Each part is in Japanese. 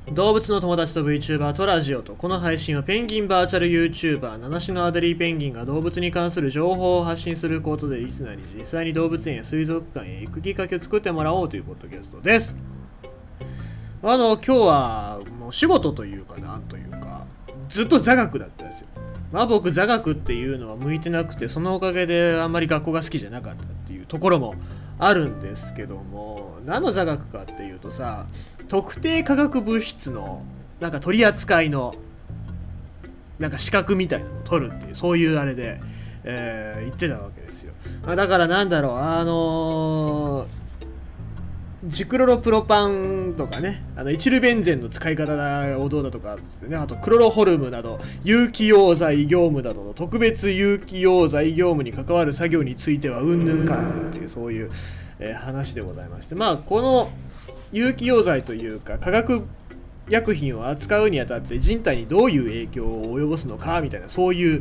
動物の友達と VTuber とラジオと、この配信はペンギンバーチャル YouTuber 七種のアデリーペンギンが動物に関する情報を発信することでリスナーに実際に動物園や水族館へ行くきっかけを作ってもらおうというポッドキャストです。今日はもう仕事というかなんというかずっと座学だったんですよ。僕座学っていうのは向いてなくて、そのおかげであんまり学校が好きじゃなかったっていうところもあるんですけども、何の座学かっていうとさ、特定化学物質のなんか取り扱いのなんか資格みたいなのを取るっていう、そういうあれで、言ってたわけですよ。だからなんだろう、ジクロロプロパンとかね、エチルベンゼンの使い方をどうだとかつってね、あとクロロホルムなど有機溶剤業務などの特別有機溶剤業務に関わる作業についてはうんぬんかんっていう、そういう、話でございまして、この有機溶剤というか化学薬品を扱うにあたって人体にどういう影響を及ぼすのかみたいな、そういう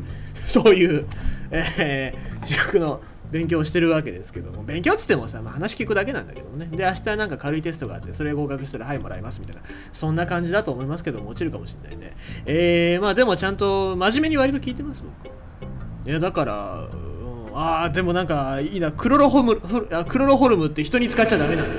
資格の勉強をしてるわけですけども、勉強っつってもさ、話聞くだけなんだけどもね。で、明日なんか軽いテストがあって、それ合格したらはいもらいますみたいな、そんな感じだと思いますけども、落ちるかもしれないね。でもちゃんと真面目に割と聞いてます僕。いやだから、でもなんかいいな、クロロホルムって人に使っちゃダメなんだ。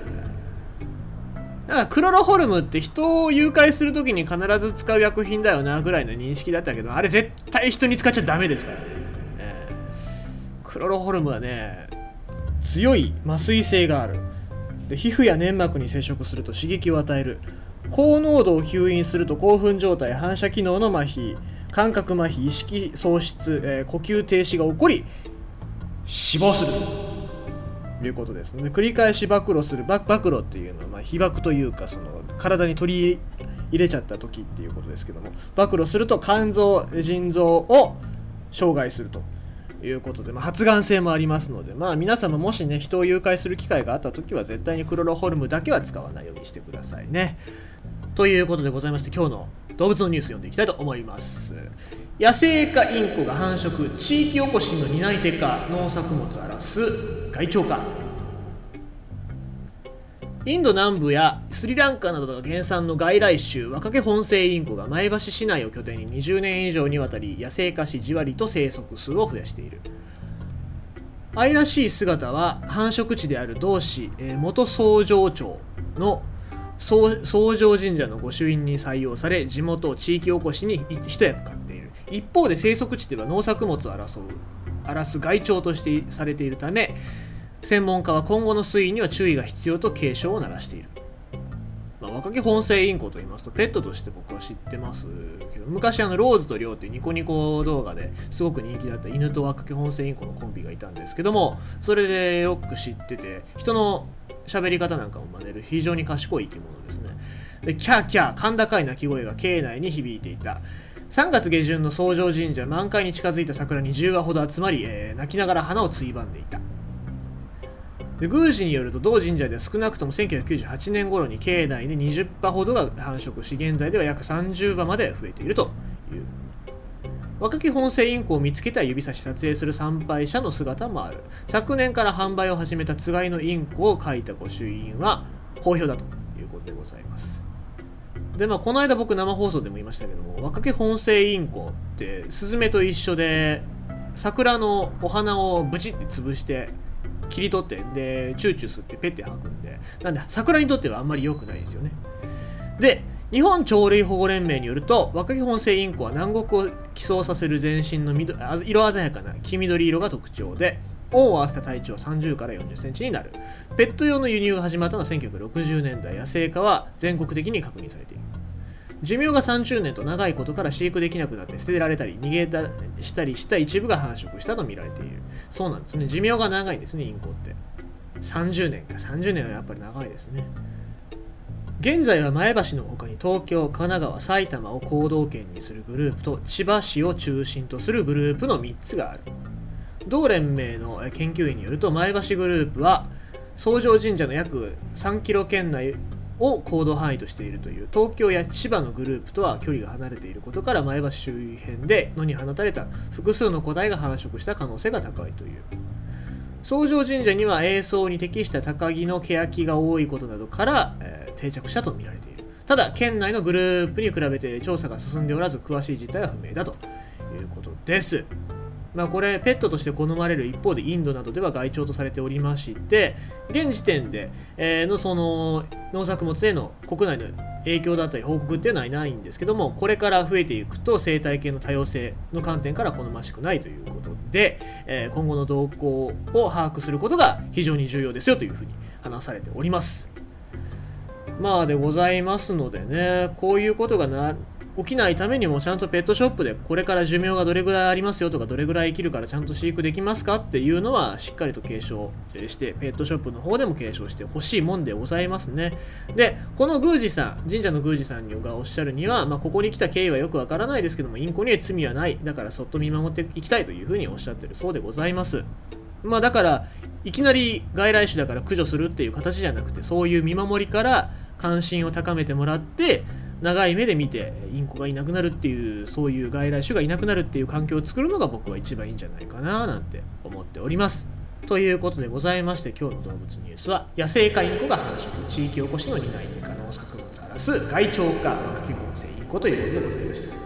なんかクロロホルムって人を誘拐するときに必ず使う薬品だよなぐらいの認識だったけど、あれ絶対人に使っちゃダメですからね。クロロホルムはね、強い麻酔性がある。で、皮膚や粘膜に接触すると刺激を与える。高濃度を吸引すると興奮状態、反射機能の麻痺、感覚麻痺、意識喪失、呼吸停止が起こり死亡するということですね。繰り返し暴露する。暴露っていうのは被爆というか、その体に取り入れちゃった時っていうことですけども、暴露すると肝臓腎臓を傷害するということで、発がん性もありますので、皆様もしね、人を誘拐する機会があった時は絶対にクロロホルムだけは使わないようにしてくださいね。ということでございまして、今日の動物のニュース読んでいきたいと思います。野生化インコが繁殖、地域おこしの担い手か、農作物荒らす害鳥か。インド南部やスリランカなどが原産の外来種ワカケホンセイインコが前橋市内を拠点に20年以上にわたり野生化し、じわりと生息数を増やしている。愛らしい姿は繁殖地である同市、元総城町の総城神社の御朱印に採用され、地元地域おこしに一役買っている。一方で生息地では農作物を荒らす害鳥としてされているため、専門家は今後の推移には注意が必要と警鐘を鳴らしている。ワカケホンセイインコと言いますと、ペットとして僕は知ってますけど、昔ローズとリョウっていうニコニコ動画ですごく人気だった犬とワカケホンセイインコのコンビがいたんですけども、それでよく知ってて、人の喋り方なんかも真似る非常に賢い生き物ですね。で、キャーキャー甲高い鳴き声が境内に響いていた。3月下旬の総城神社、満開に近づいた桜に10羽ほど集まり、泣きながら花をついばんでいた。で、宮司によると、同神社では少なくとも1998年頃に境内で20羽ほどが繁殖し、現在では約30羽まで増えているという。ワカケホンセイインコを見つけた指差し撮影する参拝者の姿もある。昨年から販売を始めたつがいのインコを描いた御朱印は好評だということでございます。で、この間僕生放送でも言いましたけども、ワカケホンセイインコってスズメと一緒で、桜のお花をブチって潰して切り取って、でチューチュー吸ってペッて吐くんで、なんで桜にとってはあんまり良くないですよね。で、日本鳥類保護連盟によると、ワカケホンセイインコは南国を起草させる全身の色鮮やかな黄緑色が特徴で、尾を合わせた体長30から40センチになる。ペット用の輸入が始まったのは1960年代、野生化は全国的に確認されている。寿命が30年と長いことから飼育できなくなって捨てられたり逃げ出したりした一部が繁殖したと見られている。そうなんですね、寿命が長いんですね、インコって30年か。30年はやっぱり長いですね。現在は前橋の他に東京、神奈川、埼玉を行動圏にするグループと千葉市を中心とするグループの3つがある。同連盟の研究員によると、前橋グループは総城神社の約3キロ圏内を行動範囲としているという。東京や千葉のグループとは距離が離れていることから、前橋周辺で野に放たれた複数の個体が繁殖した可能性が高いという。総城神社には営巣に適した高木の欅が多いことなどから、定着したと見られている。 ただ県内のグループに比べて調査が進んでおらず詳しい実態は不明だということです。これペットとして好まれる一方でインドなどでは害鳥とされておりまして、現時点で、のその農作物への国内の影響だったり報告っていうのはないんですけども、これから増えていくと生態系の多様性の観点から好ましくないということで、今後の動向を把握することが非常に重要ですよというふうに話されております。でございますのでね、こういうことが起きないためにもちゃんとペットショップでこれから寿命がどれぐらいありますよとか、どれぐらい生きるからちゃんと飼育できますかっていうのはしっかりと継承してペットショップの方でも継承してほしいもんでございますね。でこの宮司さん、神社の宮司さんがおっしゃるには、ここに来た経緯はよくわからないですけども、インコには罪はない、だからそっと見守っていきたいというふうにおっしゃってるそうでございます。だからいきなり外来種だから駆除するっていう形じゃなくて、そういう見守りから関心を高めてもらって長い目で見てインコがいなくなるっていう、そういう外来種がいなくなるっていう環境を作るのが僕は一番いいんじゃないかななんて思っております。ということでございまして、今日の動物ニュースは野生化インコが繁殖、地域おこしの担い手可能作物を荒らす害鳥か若き本性インコということでございました。